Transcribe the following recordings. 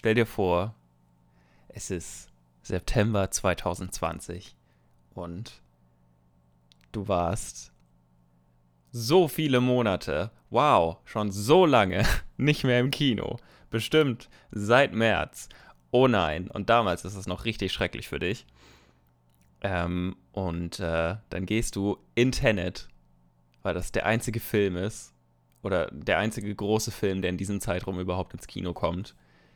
stell dir vor, es ist September 2020 und du warst so viele Monate, wow, schon so lange nicht mehr im Kino. Bestimmt seit März. Oh nein, und damals ist es noch richtig schrecklich für dich. Dann gehst du in Tenet, weil das der einzige Film ist, oder der einzige große Film, der in diesem Zeitraum überhaupt ins Kino kommt,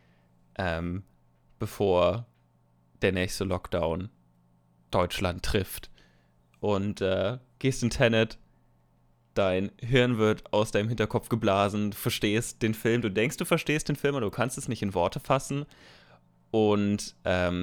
bevor der nächste Lockdown Deutschland trifft. Und gehst in Tenet, dein Hirn wird aus deinem Hinterkopf geblasen, du verstehst den Film, du denkst, du verstehst den Film, aber du kannst es nicht in Worte fassen und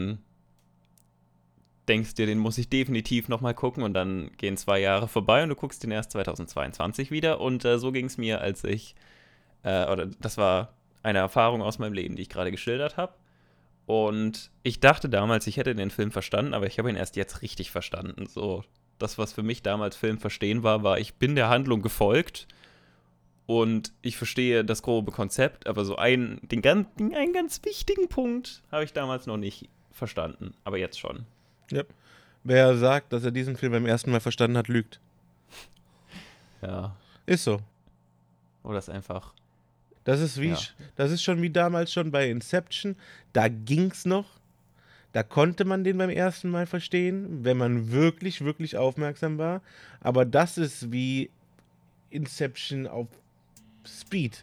denkst dir, den muss ich definitiv nochmal gucken und dann gehen 2 Jahre vorbei und du guckst den erst 2022 wieder und so ging es mir, als ich, das war eine Erfahrung aus meinem Leben, die ich gerade geschildert habe. Und ich dachte damals, ich hätte den Film verstanden, aber ich habe ihn erst jetzt richtig verstanden. So, das, was für mich damals Film verstehen war, ich bin der Handlung gefolgt und ich verstehe das grobe Konzept, aber so einen ganz wichtigen Punkt habe ich damals noch nicht verstanden, aber jetzt schon. Ja. Wer sagt, dass er diesen Film beim ersten Mal verstanden hat, lügt. Ja. Ist so. Oder ist einfach. Das ist schon wie damals schon bei Inception. Da ging's noch. Da konnte man den beim ersten Mal verstehen, wenn man wirklich, wirklich aufmerksam war. Aber das ist wie Inception auf Speed.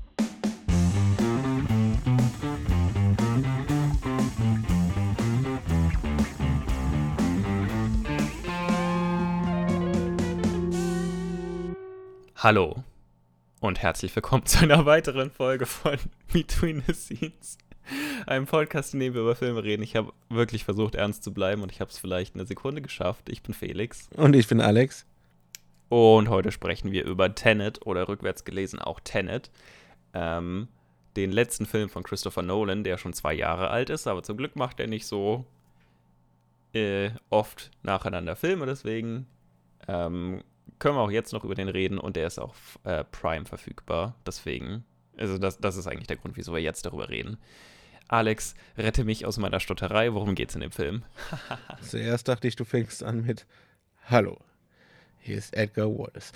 Hallo und herzlich willkommen zu einer weiteren Folge von Between the Scenes, einem Podcast, in dem wir über Filme reden. Ich habe wirklich versucht, ernst zu bleiben und ich habe es vielleicht eine Sekunde geschafft. Ich bin Felix. Und ich bin Alex. Und heute sprechen wir über Tenet oder rückwärts gelesen auch Tenet, den letzten Film von Christopher Nolan, der schon 2 Jahre alt ist, aber zum Glück macht er nicht so oft nacheinander Filme, deswegen können wir auch jetzt noch über den reden und der ist auf Prime verfügbar. Deswegen, also das ist eigentlich der Grund, wieso wir jetzt darüber reden. Alex, rette mich aus meiner Stotterei. Worum geht's in dem Film? Zuerst dachte ich, du fängst an mit Hallo, hier ist Edgar Wallace.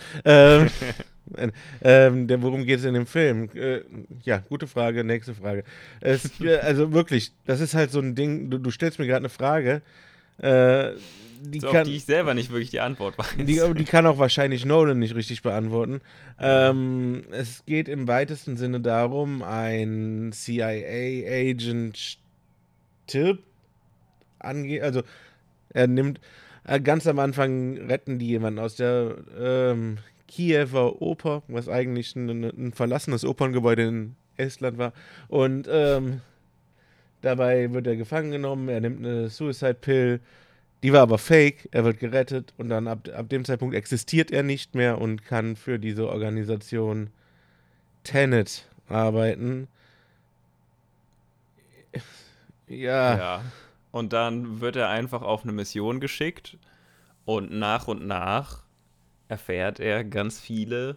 Worum geht es in dem Film? Ja, gute Frage, nächste Frage. Also wirklich, das ist halt so ein Ding, du stellst mir gerade eine Frage, auf die ich selber nicht wirklich die Antwort weiß. Die kann auch wahrscheinlich Nolan nicht richtig beantworten. Es geht im weitesten Sinne darum, ein CIA-Agent stirbt. Also er nimmt, ganz am Anfang retten die jemanden aus der Kiewer Oper, was eigentlich ein verlassenes Operngebäude in Estland war. Und dabei wird er gefangen genommen, er nimmt eine Suicide Pill. Die war aber fake, er wird gerettet und dann ab dem Zeitpunkt existiert er nicht mehr und kann für diese Organisation Tenet arbeiten. Ja. Und dann wird er einfach auf eine Mission geschickt und nach erfährt er ganz viele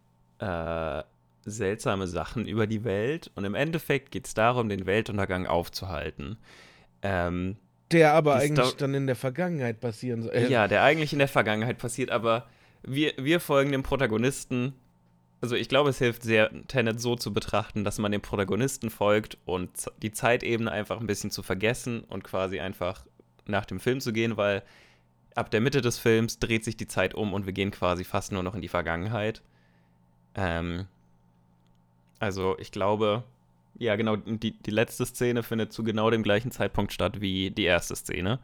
seltsame Sachen über die Welt und im Endeffekt geht es darum, den Weltuntergang aufzuhalten. Der aber eigentlich dann in der Vergangenheit passieren soll. Ja, der eigentlich in der Vergangenheit passiert, aber wir folgen dem Protagonisten. Also ich glaube, es hilft sehr, Tenet so zu betrachten, dass man dem Protagonisten folgt und die Zeitebene einfach ein bisschen zu vergessen und quasi einfach nach dem Film zu gehen, weil ab der Mitte des Films dreht sich die Zeit um und wir gehen quasi fast nur noch in die Vergangenheit. Also ich glaube, ja genau, die letzte Szene findet zu genau dem gleichen Zeitpunkt statt wie die erste Szene.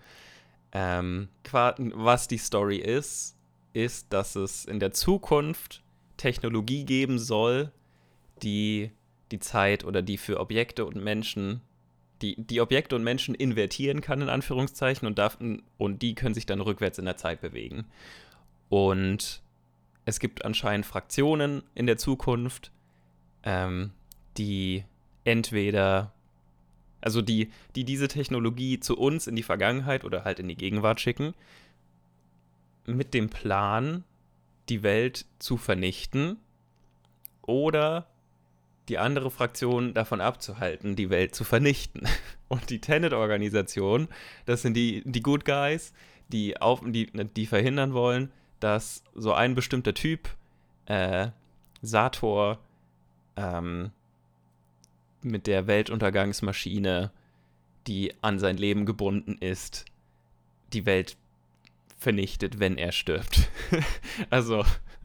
Was die Story ist, dass es in der Zukunft Technologie geben soll, die Zeit oder die für Objekte und Menschen, die Objekte und Menschen invertieren kann, in Anführungszeichen, und die können sich dann rückwärts in der Zeit bewegen. Und es gibt anscheinend Fraktionen in der Zukunft, die entweder, also die diese Technologie zu uns in die Vergangenheit oder halt in die Gegenwart schicken, mit dem Plan, die Welt zu vernichten oder die andere Fraktion davon abzuhalten, die Welt zu vernichten. Und die Tenet-Organisation, das sind die Good Guys, die verhindern wollen, dass so ein bestimmter Typ, Sator, mit der Weltuntergangsmaschine, die an sein Leben gebunden ist, die Welt vernichtet, wenn er stirbt. Also,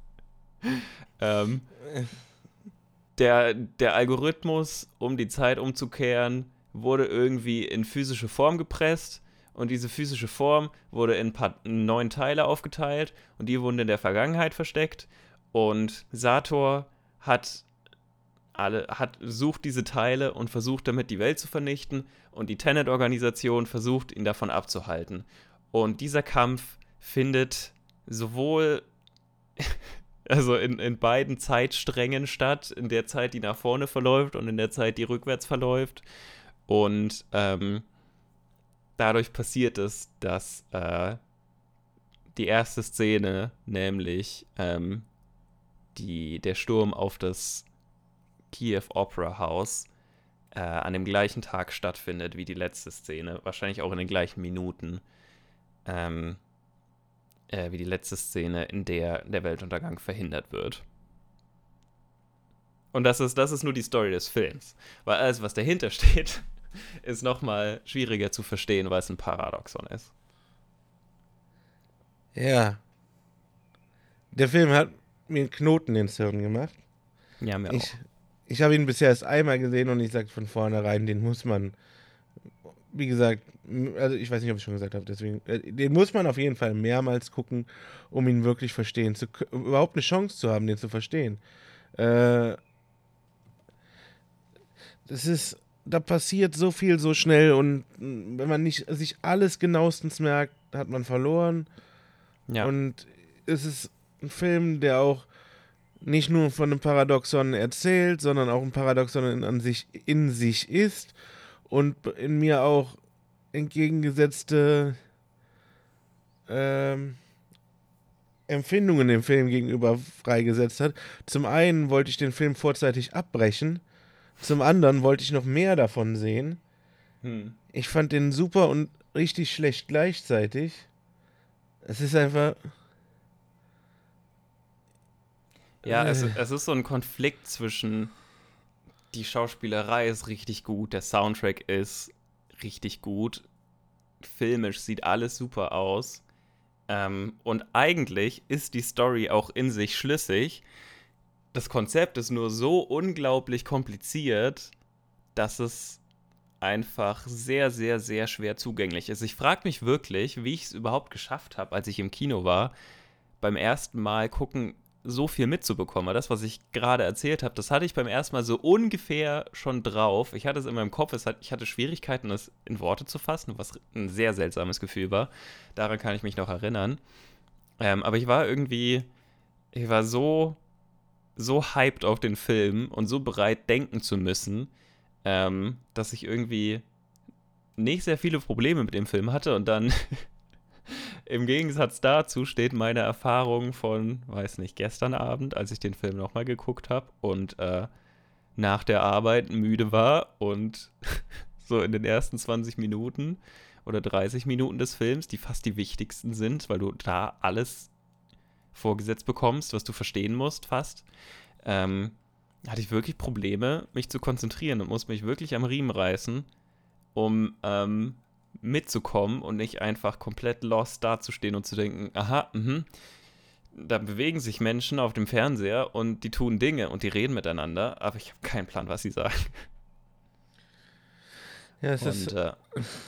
der Algorithmus, um die Zeit umzukehren, wurde irgendwie in physische Form gepresst und diese physische Form wurde in 9 Teile aufgeteilt und die wurden in der Vergangenheit versteckt und Sator sucht diese Teile und versucht damit die Welt zu vernichten und die Tenet-Organisation versucht ihn davon abzuhalten. Und dieser Kampf findet sowohl also in beiden Zeitsträngen statt, in der Zeit, die nach vorne verläuft und in der Zeit, die rückwärts verläuft. Und dadurch passiert es, dass die erste Szene, nämlich der Sturm auf das Kiew Opera House, an dem gleichen Tag stattfindet wie die letzte Szene, wahrscheinlich auch in den gleichen Minuten, wie die letzte Szene, in der der Weltuntergang verhindert wird. Und das ist nur die Story des Films. Weil alles, was dahinter steht, ist nochmal schwieriger zu verstehen, weil es ein Paradoxon ist. Ja. Der Film hat mir einen Knoten ins Hirn gemacht. Ja, mir auch. Ich habe ihn bisher erst einmal gesehen und ich sage von vornherein, den muss man, wie gesagt, also ich weiß nicht, ob ich schon gesagt habe, deswegen, den muss man auf jeden Fall mehrmals gucken, um ihn wirklich verstehen zu können, um überhaupt eine Chance zu haben, den zu verstehen. Da passiert so viel so schnell und wenn man nicht sich alles genauestens merkt, hat man verloren. Ja. Und es ist ein Film, der auch nicht nur von einem Paradoxon erzählt, sondern auch ein Paradoxon in sich ist und in mir auch entgegengesetzte Empfindungen dem Film gegenüber freigesetzt hat. Zum einen wollte ich den Film vorzeitig abbrechen, zum anderen wollte ich noch mehr davon sehen. Ich fand den super und richtig schlecht gleichzeitig. Es ist einfach... Ja, es ist so ein Konflikt zwischen, die Schauspielerei ist richtig gut, der Soundtrack ist richtig gut, filmisch sieht alles super aus, und eigentlich ist die Story auch in sich schlüssig. Das Konzept ist nur so unglaublich kompliziert, dass es einfach sehr, sehr, sehr schwer zugänglich ist. Ich frage mich wirklich, wie ich es überhaupt geschafft habe, als ich im Kino war, beim ersten Mal gucken, so viel mitzubekommen. Das, was ich gerade erzählt habe, das hatte ich beim ersten Mal so ungefähr schon drauf. Ich hatte es in meinem Kopf, ich hatte Schwierigkeiten, das in Worte zu fassen, was ein sehr seltsames Gefühl war. Daran kann ich mich noch erinnern. Aber ich war so hyped auf den Film und so bereit, denken zu müssen, dass ich irgendwie nicht sehr viele Probleme mit dem Film hatte und dann im Gegensatz dazu steht meine Erfahrung von, weiß nicht, gestern Abend, als ich den Film nochmal geguckt habe und nach der Arbeit müde war und so in den ersten 20 Minuten oder 30 Minuten des Films, die fast die wichtigsten sind, weil du da alles vorgesetzt bekommst, was du verstehen musst fast, hatte ich wirklich Probleme, mich zu konzentrieren und musste mich wirklich am Riemen reißen, um mitzukommen und nicht einfach komplett lost dazustehen und zu denken, aha, da bewegen sich Menschen auf dem Fernseher und die tun Dinge und die reden miteinander, aber ich habe keinen Plan, was sie sagen. Ja, es ist... ja.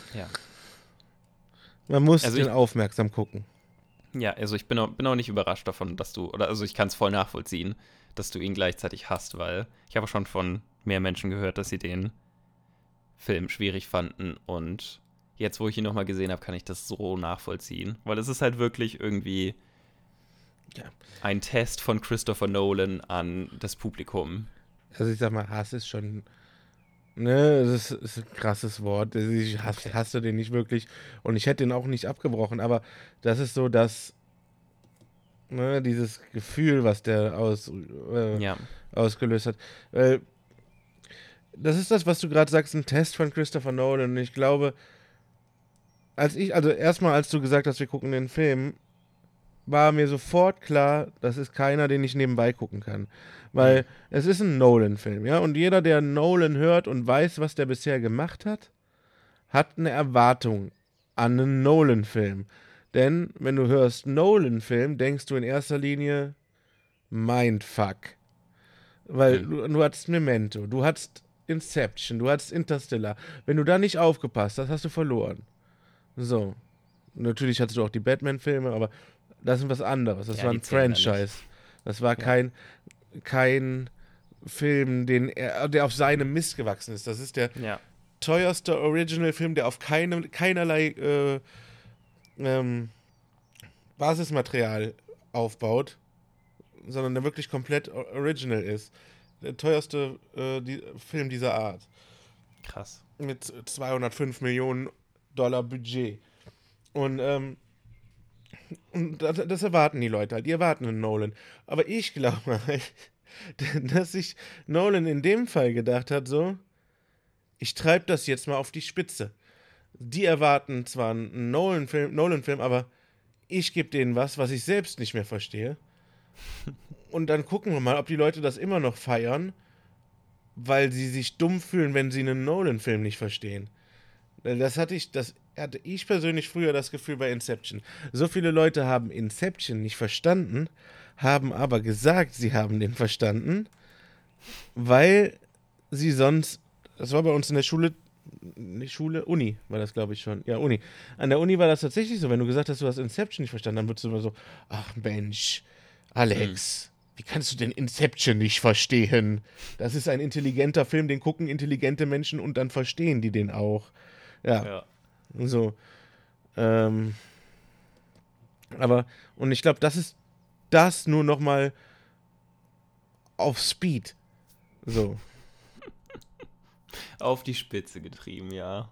Man muss den aufmerksam gucken. Ja, also ich bin auch nicht überrascht davon, also ich kann es voll nachvollziehen, dass du ihn gleichzeitig hast, weil ich habe schon von mehr Menschen gehört, dass sie den Film schwierig fanden und jetzt, wo ich ihn nochmal gesehen habe, kann ich das so nachvollziehen. Weil es ist halt wirklich irgendwie ein Test von Christopher Nolan an das Publikum. Also ich sag mal, Hass ist schon... Ne, das ist ein krasses Wort. Ich hasse den nicht wirklich. Und ich hätte den auch nicht abgebrochen. Aber das ist so, dass... Ne, dieses Gefühl, was der ausgelöst hat. das ist das, was du gerade sagst, ein Test von Christopher Nolan. Und ich glaube, also erstmal, als du gesagt hast, wir gucken den Film, war mir sofort klar, das ist keiner, den ich nebenbei gucken kann. Hm. Weil es ist ein Nolan-Film, ja. Und jeder, der Nolan hört und weiß, was der bisher gemacht hat, hat eine Erwartung an einen Nolan-Film. Denn wenn du hörst Nolan-Film, denkst du in erster Linie Mindfuck. Weil Hm. du hattest Memento, du hattest Inception, du hattest Interstellar. Wenn du da nicht aufgepasst hast, hast du verloren. So. Natürlich hattest du auch die Batman-Filme, aber das ist was anderes. Das Ja, war die ein zählen da nicht. Franchise. Das war Ja. kein Film, der auf seinem Mist gewachsen ist. Das ist der Ja. teuerste Original-Film, der auf keinerlei ähm, Basismaterial aufbaut, sondern der wirklich komplett original ist. Der teuerste Film dieser Art. Krass. Mit 205 Millionen Dollar Budget. Und, das erwarten die Leute halt. Die erwarten einen Nolan. Aber ich glaube halt, dass sich Nolan in dem Fall gedacht hat, so, ich treibe das jetzt mal auf die Spitze. Die erwarten zwar einen Nolan-Film, aber ich gebe denen was ich selbst nicht mehr verstehe. Und dann gucken wir mal, ob die Leute das immer noch feiern, weil sie sich dumm fühlen, wenn sie einen Nolan-Film nicht verstehen. Das hatte ich persönlich früher das Gefühl bei Inception. So viele Leute haben Inception nicht verstanden, haben aber gesagt, sie haben den verstanden, weil sie sonst, das war bei uns in der Schule, nicht Schule, Uni war das, glaube ich schon. Ja, Uni. An der Uni war das tatsächlich so, wenn du gesagt hast, du hast Inception nicht verstanden, dann würdest du immer so, ach Mensch, Hm. Alex, wie kannst du denn Inception nicht verstehen? Das ist ein intelligenter Film, den gucken intelligente Menschen und dann verstehen die den auch. Ja, Ja. so. Ähm, aber, und ich glaube, das ist das nur nochmal auf Speed. So. Auf die Spitze getrieben, ja.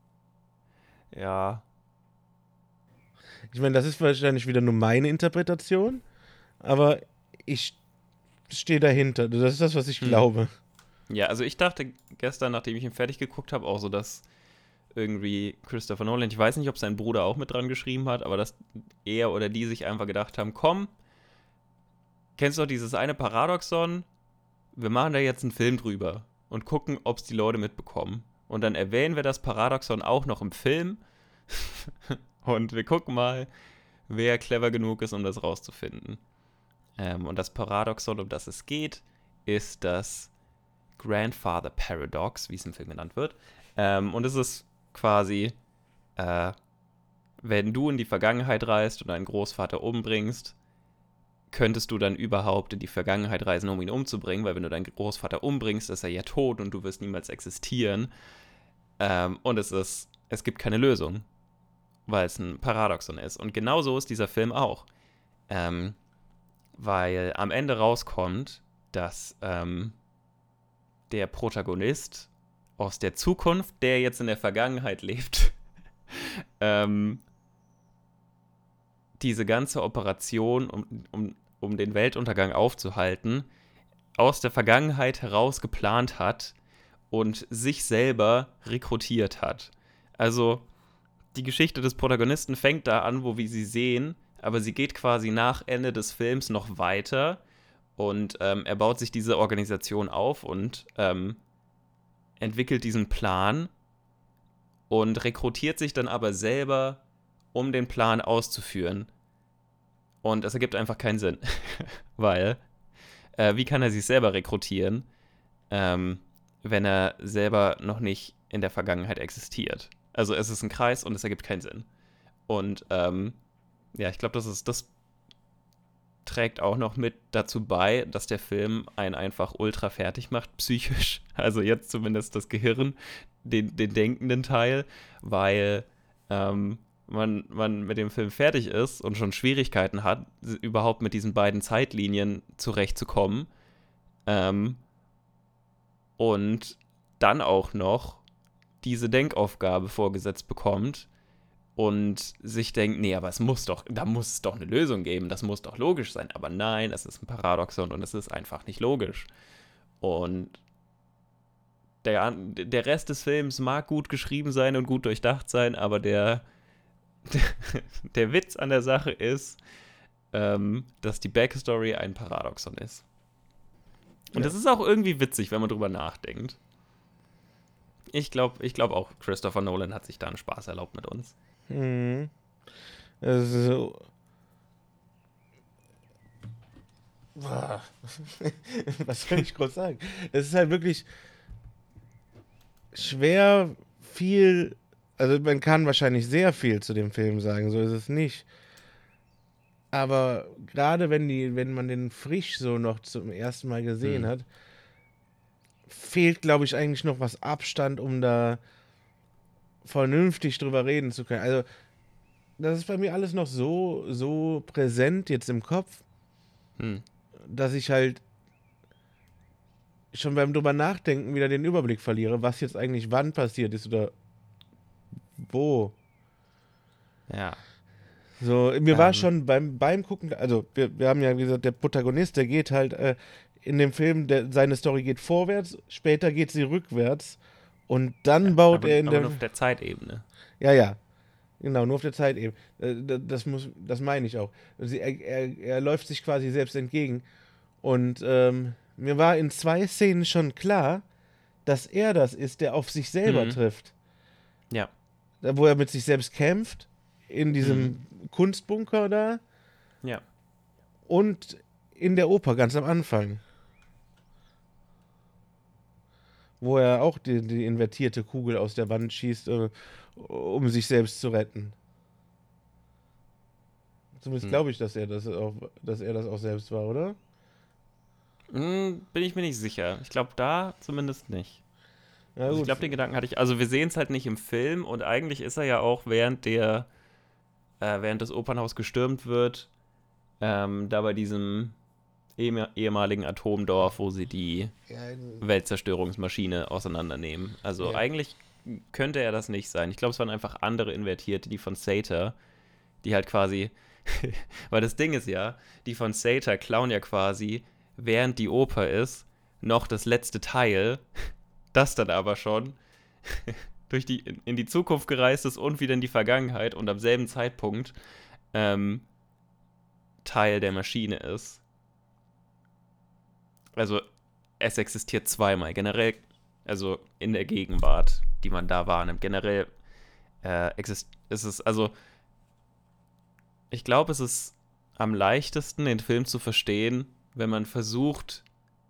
Ja. Ich meine, das ist wahrscheinlich wieder nur meine Interpretation, aber ich stehe dahinter. Das ist das, was ich Hm. glaube. Ja, also ich dachte gestern, nachdem ich ihn fertig geguckt habe, auch so, dass irgendwie Christopher Nolan, ich weiß nicht, ob sein Bruder auch mit dran geschrieben hat, aber dass er oder die sich einfach gedacht haben, komm, kennst du doch dieses eine Paradoxon? Wir machen da jetzt einen Film drüber und gucken, ob es die Leute mitbekommen. Und dann erwähnen wir das Paradoxon auch noch im Film und wir gucken mal, wer clever genug ist, um das rauszufinden. Und das Paradoxon, um das es geht, ist das Grandfather Paradox, wie es im Film genannt wird. Und es ist quasi, äh, wenn du in die Vergangenheit reist und deinen Großvater umbringst, könntest du dann überhaupt in die Vergangenheit reisen, um ihn umzubringen, weil wenn du deinen Großvater umbringst, ist er ja tot und du wirst niemals existieren. Und es gibt keine Lösung, weil es ein Paradoxon ist. Und genau so ist dieser Film auch. Ähm, weil am Ende rauskommt, dass der Protagonist aus der Zukunft, der jetzt in der Vergangenheit lebt, ähm, diese ganze Operation, um den Weltuntergang aufzuhalten, aus der Vergangenheit heraus geplant hat und sich selber rekrutiert hat. Also die Geschichte des Protagonisten fängt da an, wo wir sie sehen, aber sie geht quasi nach Ende des Films noch weiter und er baut sich diese Organisation auf und entwickelt diesen Plan und rekrutiert sich dann aber selber, um den Plan auszuführen. Und es ergibt einfach keinen Sinn, weil wie kann er sich selber rekrutieren, wenn er selber noch nicht in der Vergangenheit existiert? Also es ist ein Kreis und es ergibt keinen Sinn. Und ja, ich glaube, das trägt auch noch mit dazu bei, dass der Film einen einfach ultra fertig macht, psychisch. Also jetzt zumindest das Gehirn, den denkenden Teil, weil man mit dem Film fertig ist und schon Schwierigkeiten hat, überhaupt mit diesen beiden Zeitlinien zurechtzukommen. Ähm, und dann auch noch diese Denkaufgabe vorgesetzt bekommt und sich denkt, nee, aber da muss es doch eine Lösung geben, das muss doch logisch sein. Aber nein, es ist ein Paradoxon und es ist einfach nicht logisch. Und der Rest des Films mag gut geschrieben sein und gut durchdacht sein, aber der Witz an der Sache ist, dass die Backstory ein Paradoxon ist. Und das ist auch irgendwie witzig, wenn man drüber nachdenkt. Ich glaube auch, Christopher Nolan hat sich da einen Spaß erlaubt mit uns. Mhm. Also, was soll ich groß sagen? Es ist halt wirklich schwer viel, also man kann wahrscheinlich sehr viel zu dem Film sagen, so ist es nicht. Aber gerade wenn man den frisch so noch zum ersten Mal gesehen hat, fehlt, glaube ich, eigentlich noch was Abstand, um da vernünftig drüber reden zu können. Also, das ist bei mir alles noch so präsent jetzt im Kopf, dass ich halt schon beim drüber nachdenken wieder den Überblick verliere, was jetzt eigentlich wann passiert ist oder wo. Ja. So, mir war schon beim Gucken, also wir haben ja gesagt, der Protagonist, der geht halt in dem Film, seine Story geht vorwärts, später geht sie rückwärts und dann baut er in aber nur auf der Zeitebene. Ja, genau, nur auf der Zeitebene. Das meine ich auch. Er läuft sich quasi selbst entgegen und mir war in 2 Szenen schon klar, dass er das ist, der auf sich selber trifft. Ja. Wo er mit sich selbst kämpft, in diesem Kunstbunker da. Ja. Und in der Oper ganz am Anfang. Wo er auch die invertierte Kugel aus der Wand schießt, um sich selbst zu retten. Zumindest glaube ich, dass er das auch selbst war, oder? Bin ich mir nicht sicher. Ich glaube, da zumindest nicht. Ja, Also gut. ich glaube, den Gedanken hatte ich. Also wir sehen es halt nicht im Film und eigentlich ist er ja auch während das Opernhaus gestürmt wird, da bei diesem ehemaligen Atomdorf, wo sie die Weltzerstörungsmaschine auseinandernehmen. Also eigentlich könnte er das nicht sein. Ich glaube, es waren einfach andere Invertierte, die von Sator, die halt quasi, weil das Ding ist ja, die von Sator klauen ja quasi, während die Oper ist, noch das letzte Teil, das dann aber schon in die Zukunft gereist ist und wieder in die Vergangenheit und am selben Zeitpunkt Teil der Maschine ist. Also es existiert zweimal. Also in der Gegenwart, die man da wahrnimmt. Generell ist es, also ich glaube, es ist am leichtesten, den Film zu verstehen, wenn man versucht,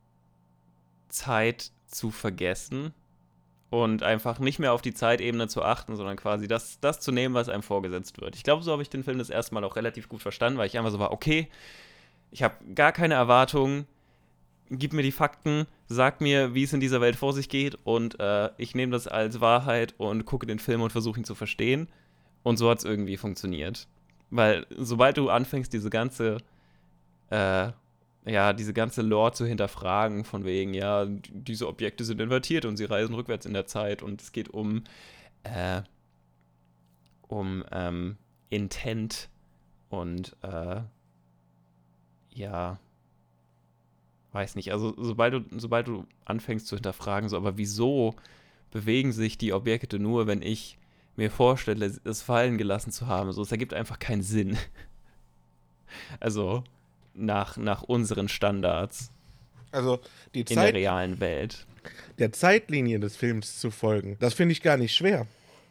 Zeit zu vergessen und einfach nicht mehr auf die Zeitebene zu achten, sondern quasi das zu nehmen, was einem vorgesetzt wird. Ich glaube, so habe ich den Film das erste Mal auch relativ gut verstanden, weil ich einfach so war, okay, ich habe gar keine Erwartungen, gib mir die Fakten, sag mir, wie es in dieser Welt vor sich geht und ich nehme das als Wahrheit und gucke den Film und versuche ihn zu verstehen. Und so hat es irgendwie funktioniert. Weil sobald du anfängst, diese ganze Lore zu hinterfragen, von wegen, ja, diese Objekte sind invertiert und sie reisen rückwärts in der Zeit und es geht um Intent und weiß nicht, also sobald du anfängst zu hinterfragen, so, aber wieso bewegen sich die Objekte nur, wenn ich mir vorstelle, es fallen gelassen zu haben, so, es ergibt einfach keinen Sinn. Also nach unseren Standards. Also die in der realen Welt. Der Zeitlinie des Films zu folgen, das finde ich gar nicht schwer.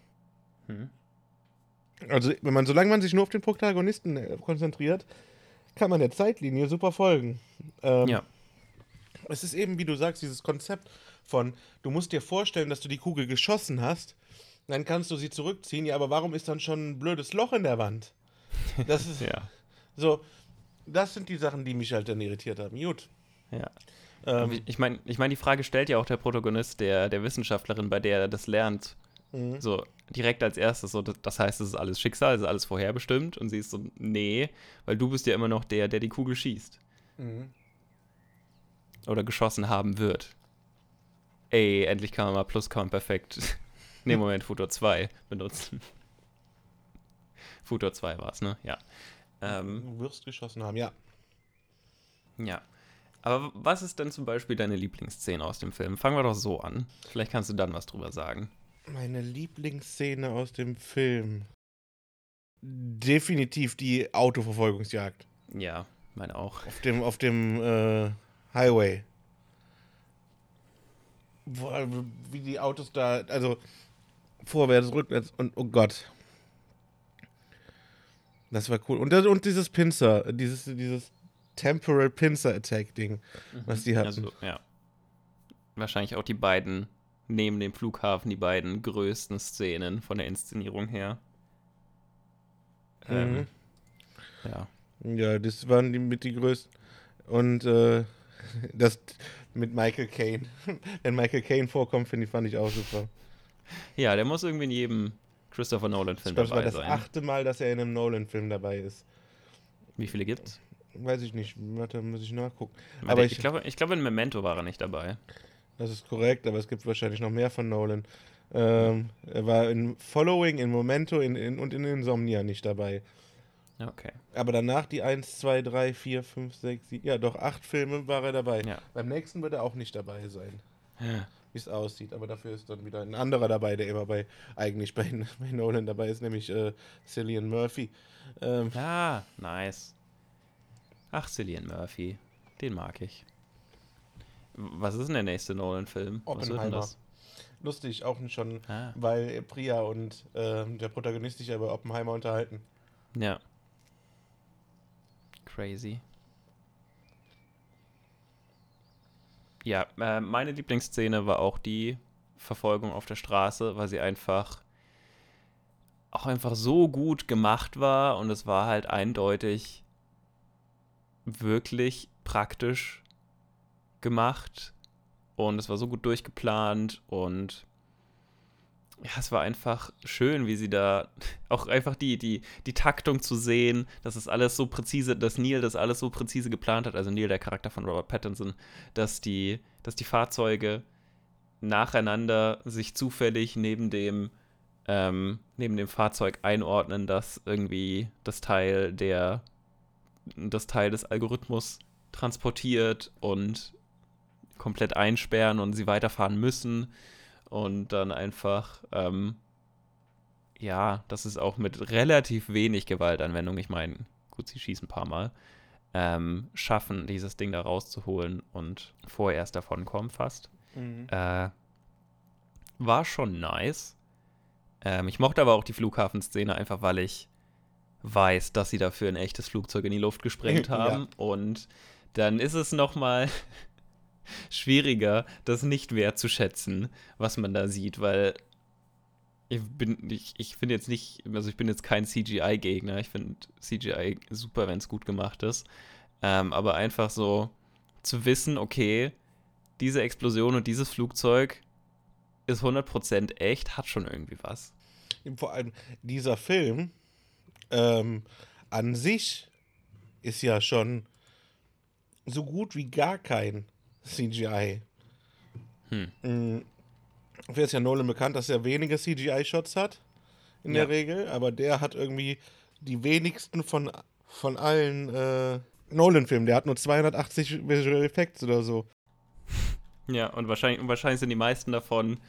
Also solange man sich nur auf den Protagonisten konzentriert, kann man der Zeitlinie super folgen. Ja. Es ist eben, wie du sagst, dieses Konzept von, du musst dir vorstellen, dass du die Kugel geschossen hast, dann kannst du sie zurückziehen, ja, aber warum ist dann schon ein blödes Loch in der Wand? Das ist so, das sind die Sachen, die mich halt dann irritiert haben. Gut. Ja. Ich meine, die Frage stellt ja auch der Protagonist der Wissenschaftlerin, bei der er das lernt, so direkt als erstes, so, das heißt, es ist alles Schicksal, es ist alles vorherbestimmt und sie ist so, nee, weil du bist ja immer noch der die Kugel schießt. Oder geschossen haben wird. Ey, endlich kann man mal Plusquamperfekt. Nee, Moment, Futur 2 benutzen. Futur 2 war es, ne? Ja. Du wirst geschossen haben, ja. Ja. Aber was ist denn zum Beispiel deine Lieblingsszene aus dem Film? Fangen wir doch so an. Vielleicht kannst du dann was drüber sagen. Meine Lieblingsszene aus dem Film. Definitiv die Autoverfolgungsjagd. Ja, meine auch. Auf dem Highway. Wie die Autos da, also vorwärts, rückwärts und oh Gott. Das war cool. Und dieses Pincer, dieses Temporal Pincer Attack Ding, was die hatten. Also, ja. Wahrscheinlich auch die beiden, neben dem Flughafen, die beiden größten Szenen von der Inszenierung her. Ja. Ja, das waren die größten. Und das mit Michael Caine. Wenn Michael Caine vorkommt, fand ich auch super. Ja, der muss irgendwie in jedem Christopher Nolan-Film dabei sein. Das war das 8. Mal, dass er in einem Nolan-Film dabei ist. Wie viele gibt's? Weiß ich nicht. Warte, muss ich nachgucken. Aber ich glaube, in Memento war er nicht dabei. Das ist korrekt, aber es gibt wahrscheinlich noch mehr von Nolan. Er war in Following, in Memento und in Insomnia nicht dabei. Okay. Aber danach die 1, 2, 3, 4, 5, 6, 7, ja doch, 8 Filme war er dabei. Ja. Beim nächsten wird er auch nicht dabei sein, Ja. wie es aussieht. Aber dafür ist dann wieder ein anderer dabei, der immer bei Nolan dabei ist, nämlich Cillian Murphy. Nice. Ach, Cillian Murphy. Den mag ich. Was ist denn der nächste Nolan-Film? Was wird denn Oppenheimer. das? Lustig, auch schon, weil Priya und der Protagonist sich ja über Oppenheimer unterhalten. Ja. Crazy. Ja, meine Lieblingsszene war auch die Verfolgung auf der Straße, weil sie einfach so gut gemacht war und es war halt eindeutig wirklich praktisch gemacht und es war so gut durchgeplant und ja, es war einfach schön, wie sie da auch einfach die Taktung zu sehen, dass es alles so präzise, dass Neil das alles so präzise geplant hat, also Neil, der Charakter von Robert Pattinson, dass die Fahrzeuge nacheinander sich zufällig neben dem Fahrzeug einordnen, dass irgendwie das Teil des Algorithmus transportiert und komplett einsperren und sie weiterfahren müssen. Und dann einfach, das ist auch mit relativ wenig Gewaltanwendung, ich meine, gut, sie schießen ein paar Mal, schaffen, dieses Ding da rauszuholen und vorerst davonkommen fast. War schon nice. Ich mochte aber auch die Flughafenszene einfach, weil ich weiß, dass sie dafür ein echtes Flugzeug in die Luft gesprengt haben. Ja. Und dann ist es nochmal schwieriger, das nicht wertzuschätzen, was man da sieht, weil ich finde jetzt nicht, also ich bin jetzt kein CGI-Gegner, ich finde CGI super, wenn es gut gemacht ist, aber einfach so zu wissen, okay, diese Explosion und dieses Flugzeug ist 100% echt, hat schon irgendwie was. Vor allem dieser Film an sich ist ja schon so gut wie gar kein CGI. Dafür ist ja Nolan bekannt, dass er wenige CGI-Shots hat, in der Regel, aber der hat irgendwie die wenigsten von allen Nolan-Filmen. Der hat nur 280 Visual Effects oder so. Ja, und wahrscheinlich sind die meisten davon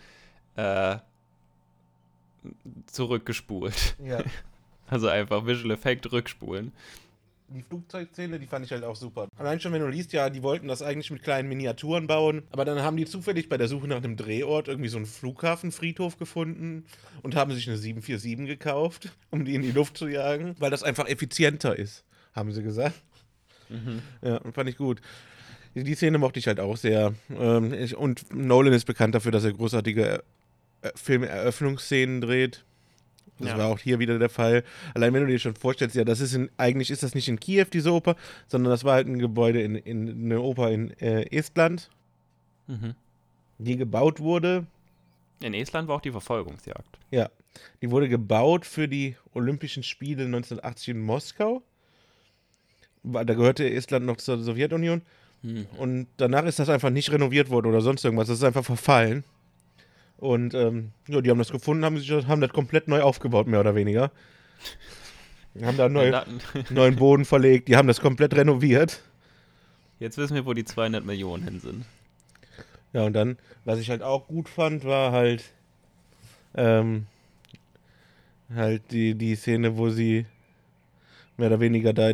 zurückgespult. Ja. Also einfach Visual Effect rückspulen. Die Flugzeugszene, die fand ich halt auch super. Allein schon, wenn du liest, ja, die wollten das eigentlich mit kleinen Miniaturen bauen, aber dann haben die zufällig bei der Suche nach einem Drehort irgendwie so einen Flughafenfriedhof gefunden und haben sich eine 747 gekauft, um die in die Luft zu jagen, weil das einfach effizienter ist, haben sie gesagt. Ja, fand ich gut. Die Szene mochte ich halt auch sehr. Und Nolan ist bekannt dafür, dass er großartige Filmeröffnungsszenen dreht. Das war auch hier wieder der Fall. Allein wenn du dir schon vorstellst, ja, eigentlich ist das nicht in Kiew, diese Oper, sondern das war halt ein Gebäude eine Oper in Estland, die gebaut wurde. In Estland war auch die Verfolgungsjagd. Ja, die wurde gebaut für die Olympischen Spiele 1980 in Moskau. Da gehörte Estland noch zur Sowjetunion. Und danach ist das einfach nicht renoviert worden oder sonst irgendwas. Das ist einfach verfallen. Und die haben das gefunden, haben das komplett neu aufgebaut, mehr oder weniger. Die haben da neuen Boden verlegt, die haben das komplett renoviert. Jetzt wissen wir, wo die 200 Millionen hin sind. Ja, und dann, was ich halt auch gut fand, war halt, ähm, halt die Szene, wo sie mehr oder weniger da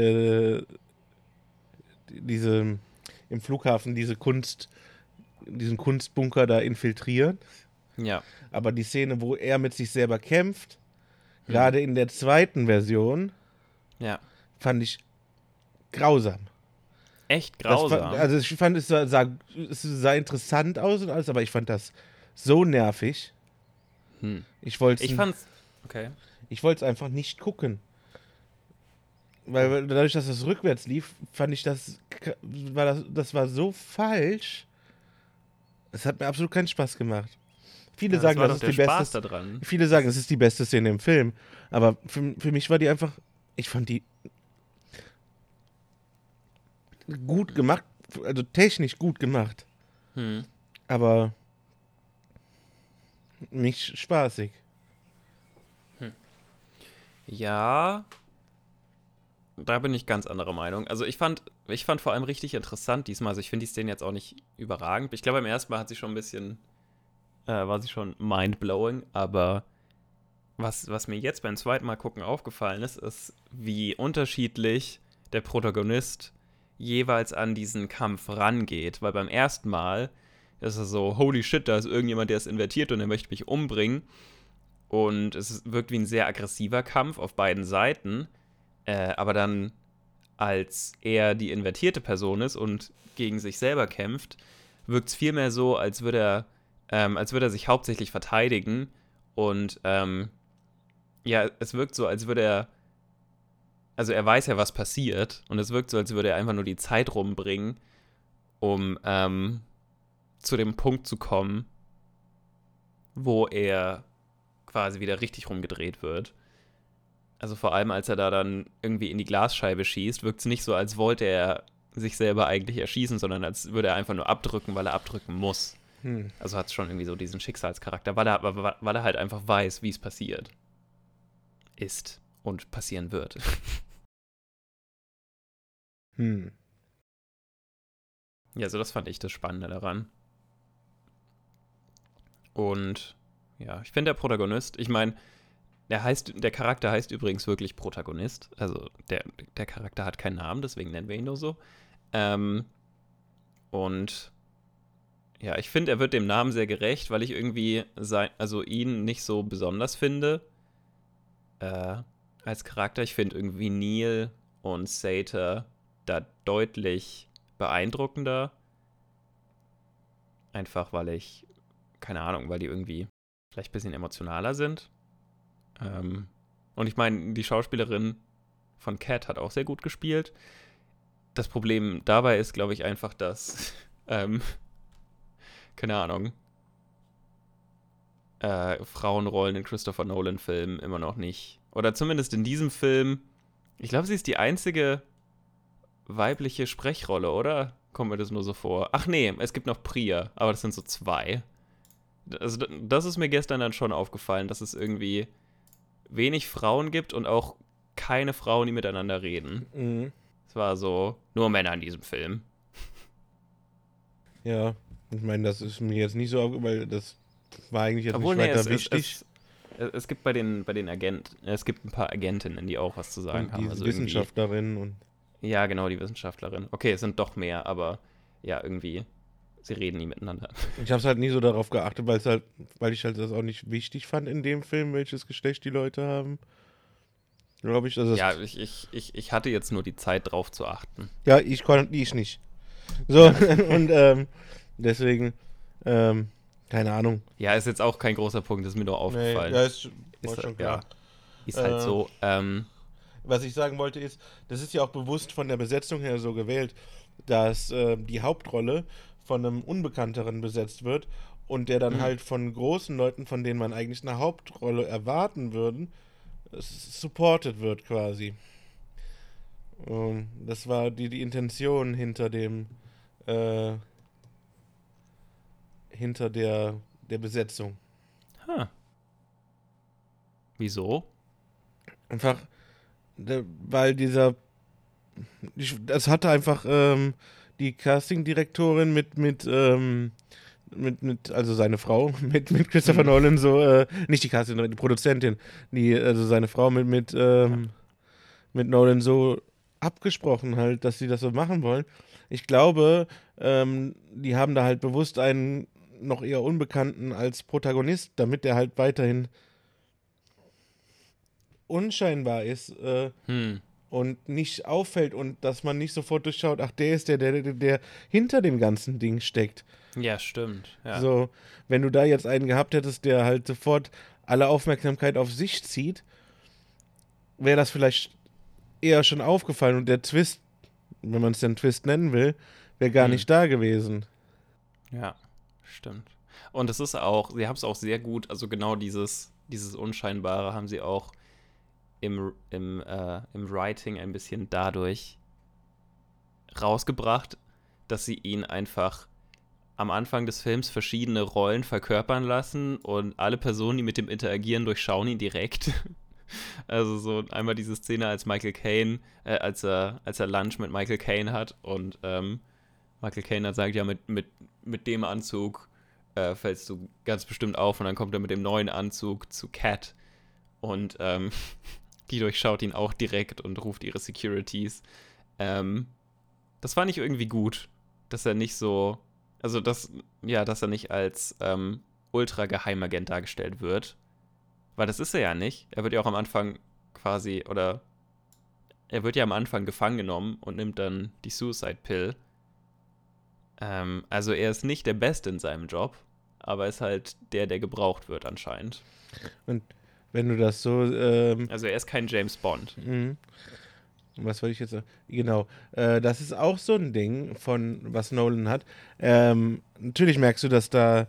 diese im Flughafen diesen Kunstbunker da infiltrieren. Ja. Aber die Szene, wo er mit sich selber kämpft, Hm. gerade in der zweiten Version, Ja. fand ich grausam. Echt grausam. Also ich fand, es sah interessant aus und alles, aber ich fand das so nervig. Ich wollte Ich fand's. Okay. es einfach nicht gucken. Weil dadurch, dass es rückwärts lief, fand ich das war so falsch. Es hat mir absolut keinen Spaß gemacht. Viele Ja, sagen, das war das doch ist der die Spaß beste. da dran. Viele sagen, es ist die beste Szene im Film. Aber für mich war die einfach. Ich fand die gut gemacht, also technisch gut gemacht. Hm. Aber nicht spaßig. Ja, da bin ich ganz anderer Meinung. Also ich fand vor allem richtig interessant diesmal. Also ich finde die Szene jetzt auch nicht überragend. Ich glaube, beim ersten Mal hat sie schon ein bisschen, war sie schon mindblowing, aber was mir jetzt beim zweiten Mal gucken aufgefallen ist, wie unterschiedlich der Protagonist jeweils an diesen Kampf rangeht. Weil beim ersten Mal ist er so, holy shit, da ist irgendjemand, der ist invertiert und der möchte mich umbringen. Und es wirkt wie ein sehr aggressiver Kampf auf beiden Seiten. Aber dann, als er die invertierte Person ist und gegen sich selber kämpft, wirkt es vielmehr so, als würde er sich hauptsächlich verteidigen. Und ja, es wirkt so, als würde er. Also er weiß ja, was passiert. Und es wirkt so, als würde er einfach nur die Zeit rumbringen, um zu dem Punkt zu kommen, wo er quasi wieder richtig rumgedreht wird. Also vor allem, als er da dann irgendwie in die Glasscheibe schießt, wirkt es nicht so, als wollte er sich selber eigentlich erschießen, sondern als würde er einfach nur abdrücken, weil er abdrücken muss. Also hat es schon irgendwie so diesen Schicksalscharakter, weil er halt einfach weiß, wie es passiert. Ist und passieren wird. Ja, so das fand ich das Spannende daran. Und ja, ich finde der Protagonist, ich meine, der Charakter heißt übrigens wirklich Protagonist. Also der Charakter hat keinen Namen, deswegen nennen wir ihn nur so. Und ja, ich finde, er wird dem Namen sehr gerecht, weil ich irgendwie ihn nicht so besonders finde als Charakter. Ich finde irgendwie Neil und Sator da deutlich beeindruckender. Einfach weil keine Ahnung, weil die irgendwie vielleicht ein bisschen emotionaler sind. Und ich meine, die Schauspielerin von Cat hat auch sehr gut gespielt. Das Problem dabei ist, glaube ich, einfach, dass, keine Ahnung, Frauenrollen in Christopher Nolan-Filmen immer noch nicht. Oder zumindest in diesem Film. Ich glaube, sie ist die einzige weibliche Sprechrolle, oder? Kommt mir das nur so vor? Ach nee, es gibt noch Priya, aber das sind so 2. Also das ist mir gestern dann schon aufgefallen, dass es irgendwie wenig Frauen gibt und auch keine Frauen, die miteinander reden. Es war so, nur Männer in diesem Film. Ja, ich meine, das ist mir jetzt nicht so, weil das war eigentlich jetzt Obwohl, nicht weiter wichtig. Es gibt bei den Agenten, es gibt ein paar Agentinnen, die auch was zu sagen Und haben. die Also Wissenschaftlerin und. Ja, genau, die Wissenschaftlerin. Okay, es sind doch mehr, aber ja, irgendwie, sie reden nie miteinander. Ich habe es halt nie so darauf geachtet, weil ich halt das auch nicht wichtig fand in dem Film, welches Geschlecht die Leute haben. Glaube ich. Also Ja, ich hatte jetzt nur die Zeit drauf zu achten. ja, ich nicht. So, und deswegen, keine Ahnung. Ja, ist jetzt auch kein großer Punkt, ist mir nur aufgefallen. Nee, ja, war ist, schon klar. Ja, ist halt so. Was ich sagen wollte ist, das ist ja auch bewusst von der Besetzung her so gewählt, dass die Hauptrolle von einem Unbekannteren besetzt wird und der dann halt von großen Leuten, von denen man eigentlich eine Hauptrolle erwarten würden, supported wird quasi. Das war die Intention hinter der Besetzung. Wieso? Einfach, weil dieser das hatte einfach die Castingdirektorin also seine Frau, mit Christopher Nolan so, nicht die Castingdirektorin, die Produzentin, also seine Frau mit Nolan so abgesprochen halt, dass sie das so machen wollen. Ich glaube, die haben da halt bewusst einen noch eher Unbekannten als Protagonist, damit der halt weiterhin unscheinbar ist und nicht auffällt und dass man nicht sofort durchschaut, ach, der ist der hinter dem ganzen Ding steckt. Ja, stimmt. Ja. So, wenn du da jetzt einen gehabt hättest, der halt sofort alle Aufmerksamkeit auf sich zieht, wäre das vielleicht eher schon aufgefallen und der Twist, wenn man es denn Twist nennen will, wäre gar nicht da gewesen. Ja, stimmt. Und es ist auch, sie haben es auch sehr gut, also genau dieses Unscheinbare haben sie auch im Writing ein bisschen dadurch rausgebracht, dass sie ihn einfach am Anfang des Films verschiedene Rollen verkörpern lassen und alle Personen, die mit dem interagieren, durchschauen ihn direkt. Also so einmal diese Szene, als Michael Caine, als er Lunch mit Michael Caine hat und Michael Caine dann sagt, ja, mit dem Anzug fällst du ganz bestimmt auf und dann kommt er mit dem neuen Anzug zu Cat und die durchschaut ihn auch direkt und ruft ihre Securities. Das fand ich irgendwie gut, dass er nicht so, also dass er nicht als Ultra-Geheimagent dargestellt wird. Weil das ist er ja nicht. Er wird ja auch am Anfang quasi, oder er wird ja am Anfang gefangen genommen und nimmt dann die Suicide Pill. Also er ist nicht der Beste in seinem Job, aber ist halt der gebraucht wird anscheinend. Und wenn du das so... also er ist kein James Bond. Was wollte ich jetzt sagen? Genau. Das ist auch so ein Ding, was Nolan hat. Natürlich merkst du, dass da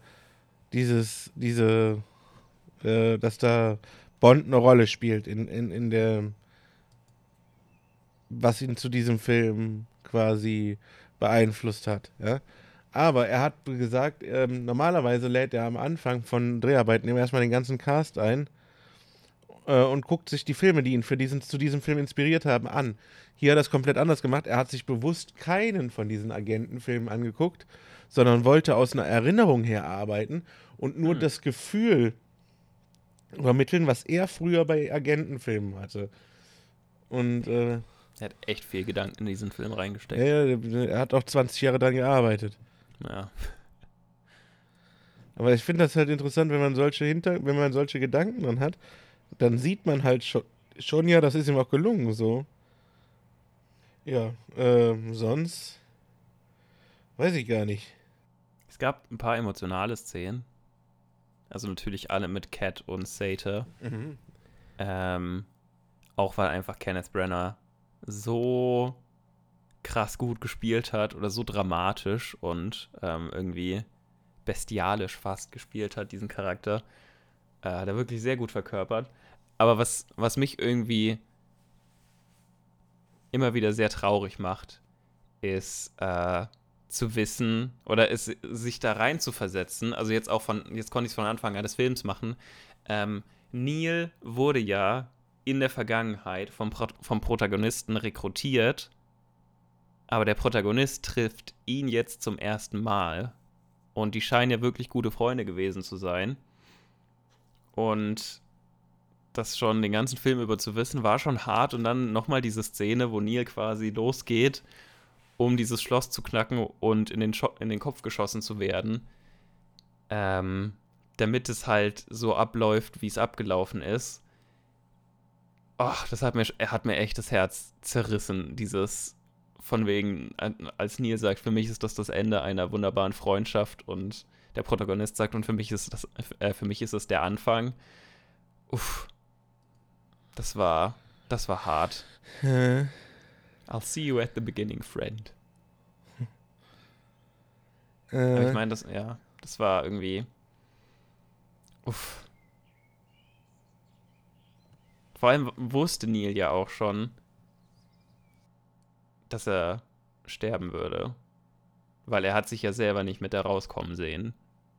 dass da Bond eine Rolle spielt in der, was ihn zu diesem Film quasi beeinflusst hat. Ja? Aber er hat gesagt, normalerweise lädt er am Anfang von Dreharbeiten immer erstmal den ganzen Cast ein und guckt sich die Filme, die ihn zu diesem Film inspiriert haben, an. Hier hat er das komplett anders gemacht. Er hat sich bewusst keinen von diesen Agentenfilmen angeguckt, sondern wollte aus einer Erinnerung her arbeiten und nur das Gefühl übermitteln, was er früher bei Agentenfilmen hatte. Und er hat echt viel Gedanken in diesen Film reingesteckt. Er hat auch 20 Jahre daran gearbeitet. Ja. Aber ich finde das halt interessant, wenn man solche Gedanken dann hat, dann sieht man halt schon, ja, das ist ihm auch gelungen, so. Ja, sonst weiß ich gar nicht. Es gab ein paar emotionale Szenen. Also natürlich alle mit Cat und Sator. Auch weil einfach Kenneth Branagh so krass gut gespielt hat oder so dramatisch und irgendwie bestialisch fast gespielt hat, diesen Charakter. Hat er wirklich sehr gut verkörpert. Aber was mich irgendwie immer wieder sehr traurig macht, ist zu wissen oder ist sich da rein zu versetzen, also jetzt konnte ich es von Anfang an des Films machen, Neil wurde ja in der Vergangenheit vom Protagonisten rekrutiert, aber der Protagonist trifft ihn jetzt zum ersten Mal und die scheinen ja wirklich gute Freunde gewesen zu sein und das schon den ganzen Film über zu wissen, war schon hart und dann nochmal diese Szene, wo Neil quasi losgeht, um dieses Schloss zu knacken und in den Kopf geschossen zu werden, damit es halt so abläuft, wie es abgelaufen ist. Ach, das hat mir echt das Herz zerrissen, dieses von wegen, als Neil sagt, für mich ist das Ende einer wunderbaren Freundschaft und der Protagonist sagt, und für mich ist es der Anfang. Uff. Das war hart. I'll see you at the beginning, friend. Aber ich meine, das war irgendwie. Uff. Vor allem wusste Neil ja auch schon, dass er sterben würde. Weil er hat sich ja selber nicht mit da rauskommen sehen.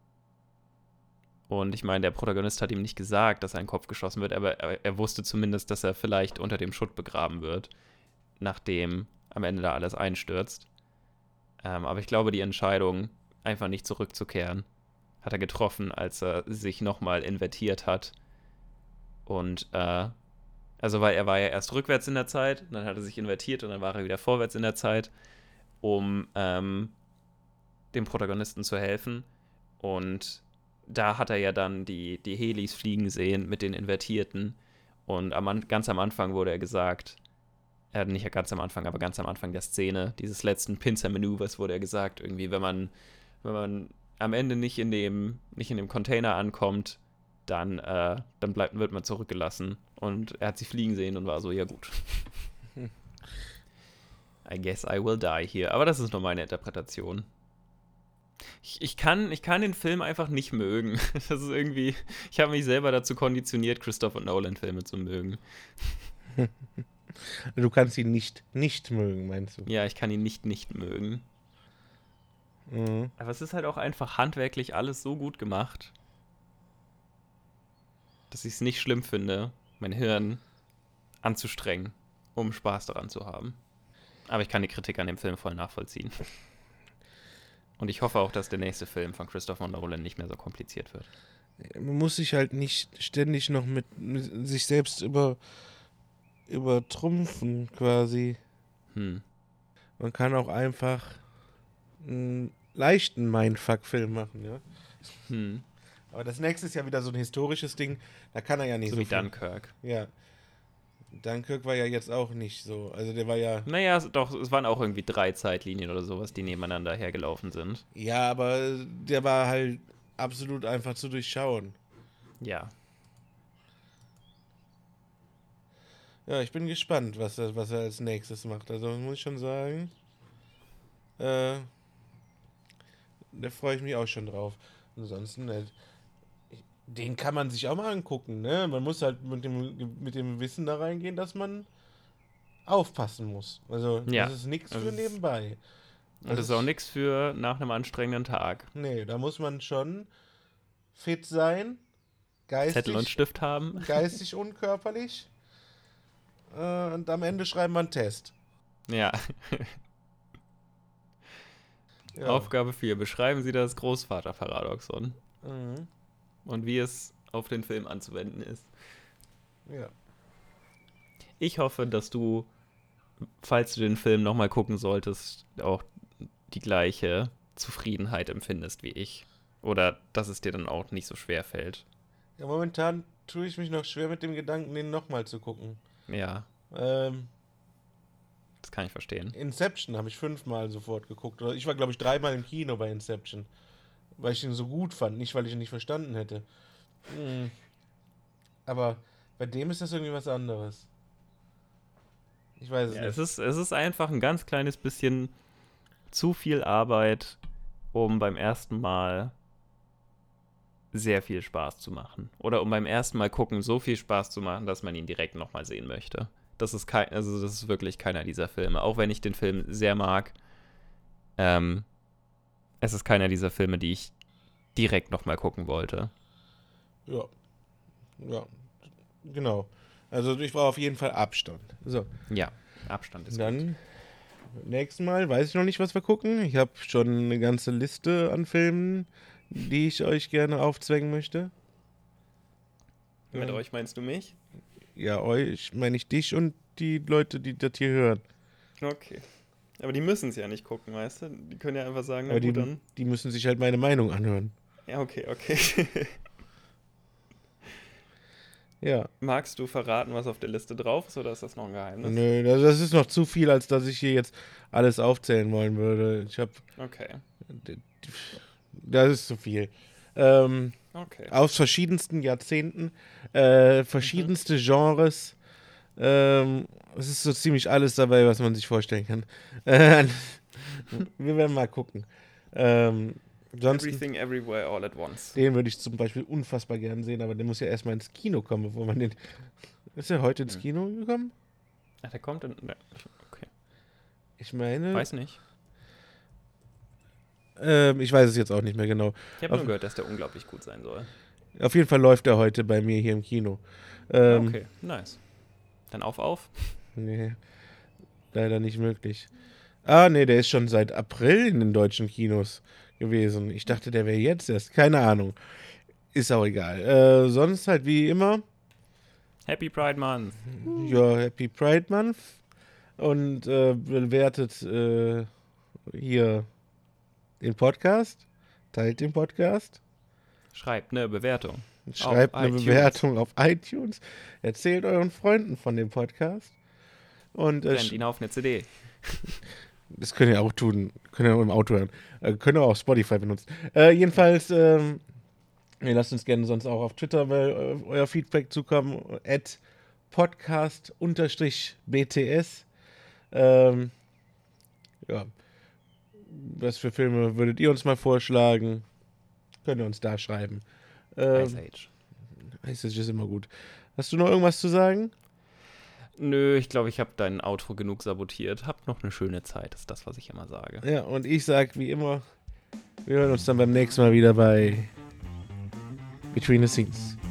Und ich meine, der Protagonist hat ihm nicht gesagt, dass er in den Kopf geschossen wird, aber er wusste zumindest, dass er vielleicht unter dem Schutt begraben wird. Nachdem am Ende da alles einstürzt. Aber ich glaube, die Entscheidung, einfach nicht zurückzukehren, hat er getroffen, als er sich nochmal invertiert hat. Und, also weil er war ja erst rückwärts in der Zeit, dann hat er sich invertiert und dann war er wieder vorwärts in der Zeit, um dem Protagonisten zu helfen. Und da hat er ja dann die Helis fliegen sehen mit den Invertierten. Und ganz am Anfang wurde er gesagt, nicht ganz am Anfang, aber ganz am Anfang der Szene, dieses letzten Pincer-Manövers wurde er gesagt, irgendwie, wenn man am Ende nicht in dem Container ankommt, dann wird man zurückgelassen. Und er hat sie fliegen sehen und war so, ja gut. I guess I will die here. Aber das ist nur meine Interpretation. Ich kann den Film einfach nicht mögen. Das ist irgendwie, ich habe mich selber dazu konditioniert, Christopher Nolan-Filme zu mögen. Du kannst ihn nicht mögen, meinst du? Ja, ich kann ihn nicht mögen. Mhm. Aber es ist halt auch einfach handwerklich alles so gut gemacht, dass ich es nicht schlimm finde, mein Hirn anzustrengen, um Spaß daran zu haben. Aber ich kann die Kritik an dem Film voll nachvollziehen. Und ich hoffe auch, dass der nächste Film von Christopher Nolan nicht mehr so kompliziert wird. Man muss sich halt nicht ständig noch mit sich selbst übertrumpfen, quasi. Man kann auch einfach einen leichten Mindfuck-Film machen, ja. Aber das nächste ist ja wieder so ein historisches Ding, da kann er ja nicht so so wie viel. Dunkirk. Ja. Dunkirk war ja jetzt auch nicht so. Also der war ja. Naja, doch, es waren auch irgendwie 3 Zeitlinien oder sowas, die nebeneinander hergelaufen sind. Ja, aber der war halt absolut einfach zu durchschauen. Ja. Ja, ich bin gespannt, was er als nächstes macht. Also muss ich schon sagen, da freue ich mich auch schon drauf. Ansonsten, den kann man sich auch mal angucken, ne? Man muss halt mit dem Wissen da reingehen, dass man aufpassen muss. Also Ja. das ist nichts Das für ist- nebenbei. Und das ist auch nichts für nach einem anstrengenden Tag. Nee, da muss man schon fit sein, Zettel und Stift haben. geistig und körperlich. Und am Ende schreiben wir einen Test. Ja. Ja. Aufgabe 4. Beschreiben Sie das Großvaterparadoxon Mhm. und wie es auf den Film anzuwenden ist. Ja. Ich hoffe, dass du, falls du den Film nochmal gucken solltest, auch die gleiche Zufriedenheit empfindest wie ich. Oder dass es dir dann auch nicht so schwer fällt. Ja, momentan tue ich mich noch schwer mit dem Gedanken, den nochmal zu gucken. Ja, das kann ich verstehen. Inception habe ich 5-mal sofort geguckt. Oder ich war, glaube ich, 3-mal im Kino bei Inception. Weil ich ihn so gut fand, nicht weil ich ihn nicht verstanden hätte. Aber bei dem ist das irgendwie was anderes. Ich weiß es Ja, nicht. es ist einfach ein ganz kleines bisschen zu viel Arbeit, um beim ersten Mal sehr viel Spaß zu machen. Oder um beim ersten Mal gucken so viel Spaß zu machen, dass man ihn direkt nochmal sehen möchte. Das ist das ist wirklich keiner dieser Filme. Auch wenn ich den Film sehr mag, es ist keiner dieser Filme, die ich direkt nochmal gucken wollte. Ja. Ja. Genau. Also ich brauche auf jeden Fall Abstand. So. Ja, Abstand ist gut. Dann nächstes Mal weiß ich noch nicht, was wir gucken. Ich habe schon eine ganze Liste an Filmen, die ich euch gerne aufzwängen möchte. Mit euch meinst du mich? Ja, euch meine ich dich und die Leute, die das hier hören. Okay. Aber die müssen es ja nicht gucken, weißt du? Die können ja einfach sagen, na Aber gut, dann. die müssen sich halt meine Meinung anhören. Ja, okay. Ja. Magst du verraten, was auf der Liste drauf ist, oder ist das noch ein Geheimnis? Nö, das ist noch zu viel, als dass ich hier jetzt alles aufzählen wollen würde. Ich habe. Okay. Das ist zu viel. Okay. Aus verschiedensten Jahrzehnten, verschiedenste Genres. Es ist so ziemlich alles dabei, was man sich vorstellen kann. Wir werden mal gucken. Sonst, Everything, Everywhere, All at Once. den würde ich zum Beispiel unfassbar gern sehen, aber der muss ja erstmal ins Kino kommen, bevor man den. Ist er heute ins Kino gekommen? Ach, der kommt in. Okay. Ich meine. Weiß nicht. Ich weiß es jetzt auch nicht mehr genau. Ich habe nur gehört, dass der unglaublich gut sein soll. Auf jeden Fall läuft er heute bei mir hier im Kino. Okay, nice. Dann auf. Nee. leider nicht möglich. Ah, nee, der ist schon seit April in den deutschen Kinos gewesen. Ich dachte, der wäre jetzt erst. Keine Ahnung. Ist auch egal. Sonst halt wie immer. Happy Pride Month. Ja, Happy Pride Month. Und bewertet hier den Podcast. Teilt den Podcast. Schreibt eine Bewertung. Schreibt eine Bewertung auf iTunes. Erzählt euren Freunden von dem Podcast. Und Brennt ihn auf eine CD. Das könnt ihr auch tun. Könnt ihr auch im Auto hören. Könnt ihr auch Spotify benutzen. Jedenfalls, ihr lasst uns gerne sonst auch auf Twitter euer Feedback zukommen. @podcast_bts. Ja. Was für Filme würdet ihr uns mal vorschlagen? Könnt ihr uns da schreiben. Ice Age. Ice Age ist immer gut. Hast du noch irgendwas zu sagen? Nö, ich glaube, ich habe dein Outro genug sabotiert. Habt noch eine schöne Zeit, ist das, was ich immer sage. Ja, und ich sag wie immer, wir hören uns dann beim nächsten Mal wieder bei Between the Scenes.